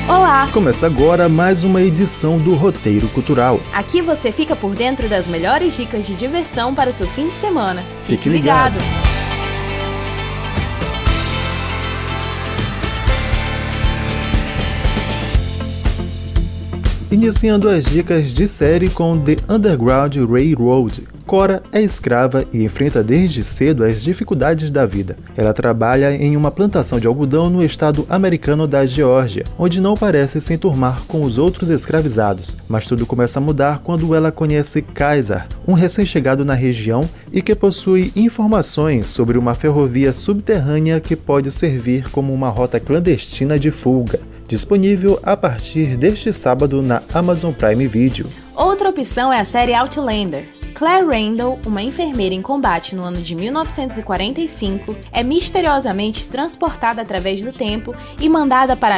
Olá! Começa agora mais uma edição do Roteiro Cultural. Aqui você fica por dentro das melhores dicas de diversão para o seu fim de semana. Fique ligado! Iniciando as dicas de série com The Underground Railroad. Cora é escrava e enfrenta desde cedo as dificuldades da vida. Ela trabalha em uma plantação de algodão no estado americano da Geórgia, onde não parece se enturmar com os outros escravizados. Mas tudo começa a mudar quando ela conhece Kaiser, um recém-chegado na região e que possui informações sobre uma ferrovia subterrânea que pode servir como uma rota clandestina de fuga. Disponível a partir deste sábado na Amazon Prime Video. Outra opção é a série Outlander. Claire Randall, uma enfermeira em combate no ano de 1945, é misteriosamente transportada através do tempo e mandada para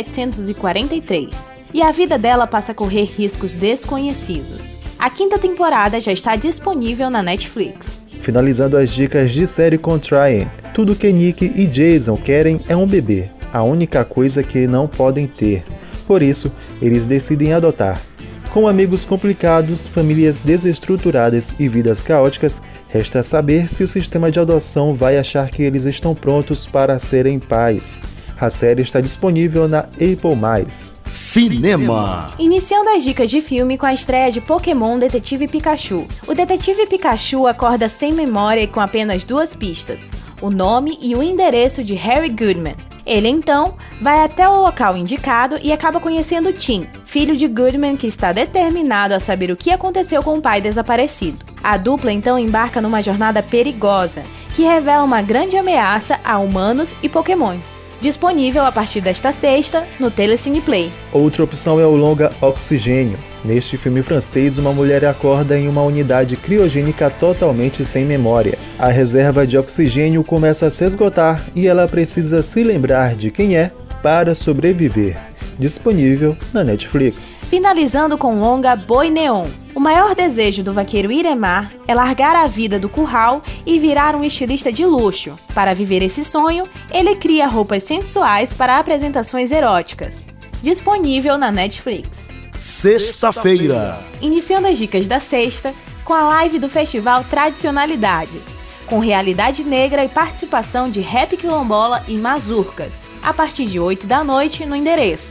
1743. E a vida dela passa a correr riscos desconhecidos. A 5ª temporada já está disponível na Netflix. Finalizando as dicas de série com Tryon. Tudo que Nick e Jason querem é um bebê. A única coisa que não podem ter. Por isso, eles decidem adotar. Com amigos complicados, famílias desestruturadas e vidas caóticas, resta saber se o sistema de adoção vai achar que eles estão prontos para serem pais. A série está disponível na Apple+. Cinema. Iniciando as dicas de filme com a estreia de Pokémon Detetive Pikachu. O Detetive Pikachu acorda sem memória e com apenas 2 pistas: o nome e o endereço de Harry Goodman. Ele, então, vai até o local indicado e acaba conhecendo Tim, filho de Goodman, que está determinado a saber o que aconteceu com o pai desaparecido. A dupla, então, embarca numa jornada perigosa, que revela uma grande ameaça a humanos e pokémons. Disponível a partir desta sexta no Telecine Play. Outra opção é o longa Oxigênio. Neste filme francês, uma mulher acorda em uma unidade criogênica totalmente sem memória. A reserva de oxigênio começa a se esgotar e ela precisa se lembrar de quem é para sobreviver. Disponível na Netflix. Finalizando com o longa Boi Neon. O maior desejo do vaqueiro Iremar é largar a vida do curral e virar um estilista de luxo. Para viver esse sonho, ele cria roupas sensuais para apresentações eróticas. Disponível na Netflix. Sexta-feira. Iniciando as dicas da sexta com a live do festival Tradicionalidades, com realidade negra e participação de rap quilombola e mazurcas, a partir de 8 da noite no endereço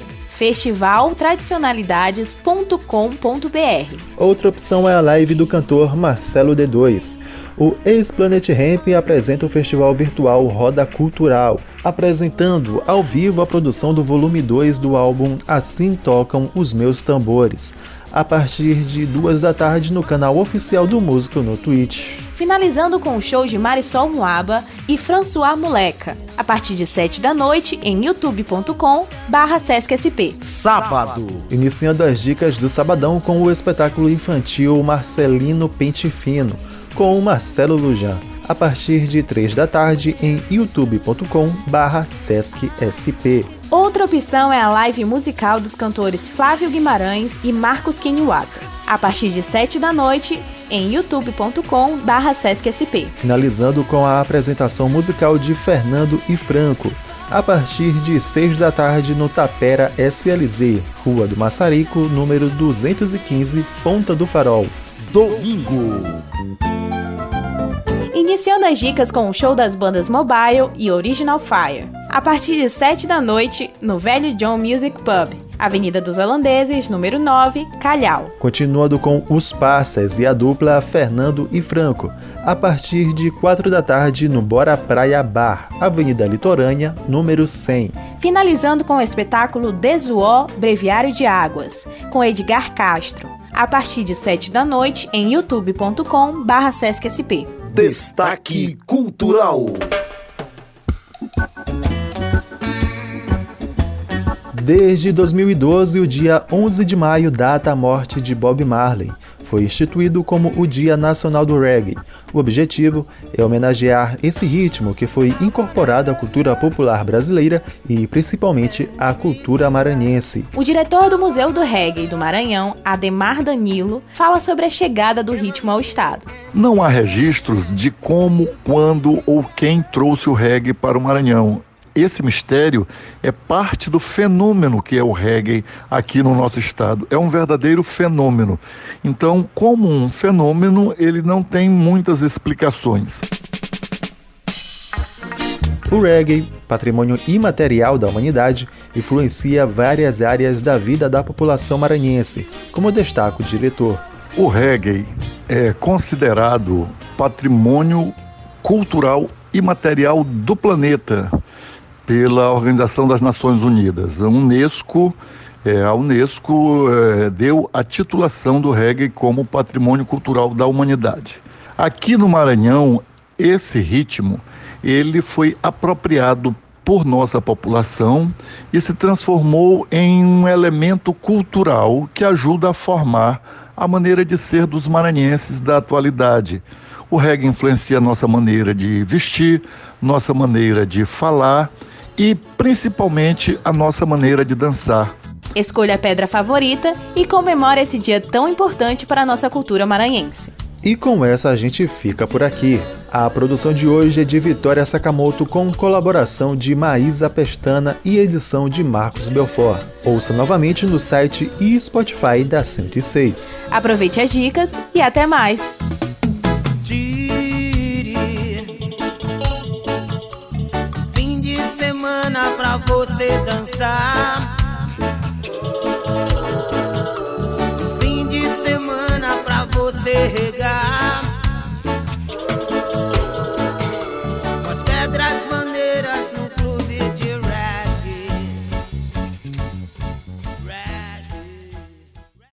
festivaltradicionalidades.com.br. Outra opção é a live do cantor Marcelo D2. O ex-Planet Hemp apresenta o festival virtual Roda Cultural, apresentando ao vivo a produção do volume 2 do álbum Assim Tocam os Meus Tambores, a partir de 2 da tarde no canal oficial do músico no Twitch. Finalizando com o show de Marisol Muaba e François Moleca, a partir de 7 da noite em youtube.com/SescSP. Sábado. Iniciando as dicas do sabadão com o espetáculo infantil Marcelino Pente Fino, com o Marcelo Lujan, a partir de 3 da tarde em youtube.com/SescSP. Outra opção é a live musical dos cantores Flávio Guimarães e Marcos Kiniwata, a partir de 7 da noite em youtube.com/SescSP. Finalizando com a apresentação musical de Fernando e Franco, a partir de 6 da tarde no Tapera SLZ, Rua do Maçarico, número 215, Ponta do Farol. Domingo. Iniciando as dicas com o show das bandas Mobile e Original Fire, a partir de 7 da noite no Velho John Music Pub, Avenida dos Holandeses, número 9, Calhau. Continuando com Os Passas e a dupla Fernando e Franco, a partir de 4 da tarde no Bora Praia Bar, Avenida Litorânea, número 100. Finalizando com o espetáculo Desuó Breviário de Águas, com Edgar Castro, a partir de 7 da noite em youtube.com/SescSP. Destaque Cultural. Desde 2012, o dia 11 de maio data a morte de Bob Marley. Foi instituído como o Dia Nacional do Reggae. O objetivo é homenagear esse ritmo que foi incorporado à cultura popular brasileira e principalmente à cultura maranhense. O diretor do Museu do Reggae do Maranhão, Ademar Danilo, fala sobre a chegada do ritmo ao estado. Não há registros de como, quando ou quem trouxe o reggae para o Maranhão. esse mistério é parte do fenômeno que é o reggae aqui no nosso estado. É um verdadeiro fenômeno. Então, como um fenômeno, ele não tem muitas explicações. O reggae, patrimônio imaterial da humanidade, influencia várias áreas da vida da população maranhense, como destaca o diretor. O reggae é considerado patrimônio cultural imaterial do planeta pela Organização das Nações Unidas. A Unesco deu a titulação do reggae como patrimônio cultural da humanidade. Aqui no Maranhão, esse ritmo ele foi apropriado por nossa população e se transformou em um elemento cultural que ajuda a formar a maneira de ser dos maranhenses da atualidade. O reggae influencia a nossa maneira de vestir, nossa maneira de falar e principalmente a nossa maneira de dançar. Escolha a pedra favorita e comemore esse dia tão importante para a nossa cultura maranhense. E com essa a gente fica por aqui. A produção de hoje é de Vitória Sakamoto com colaboração de Maísa Pestana e edição de Marcos Belfort. Ouça novamente no site e Spotify da 106. Aproveite as dicas e até mais! Fim de semana pra você dançar. Fim de semana pra você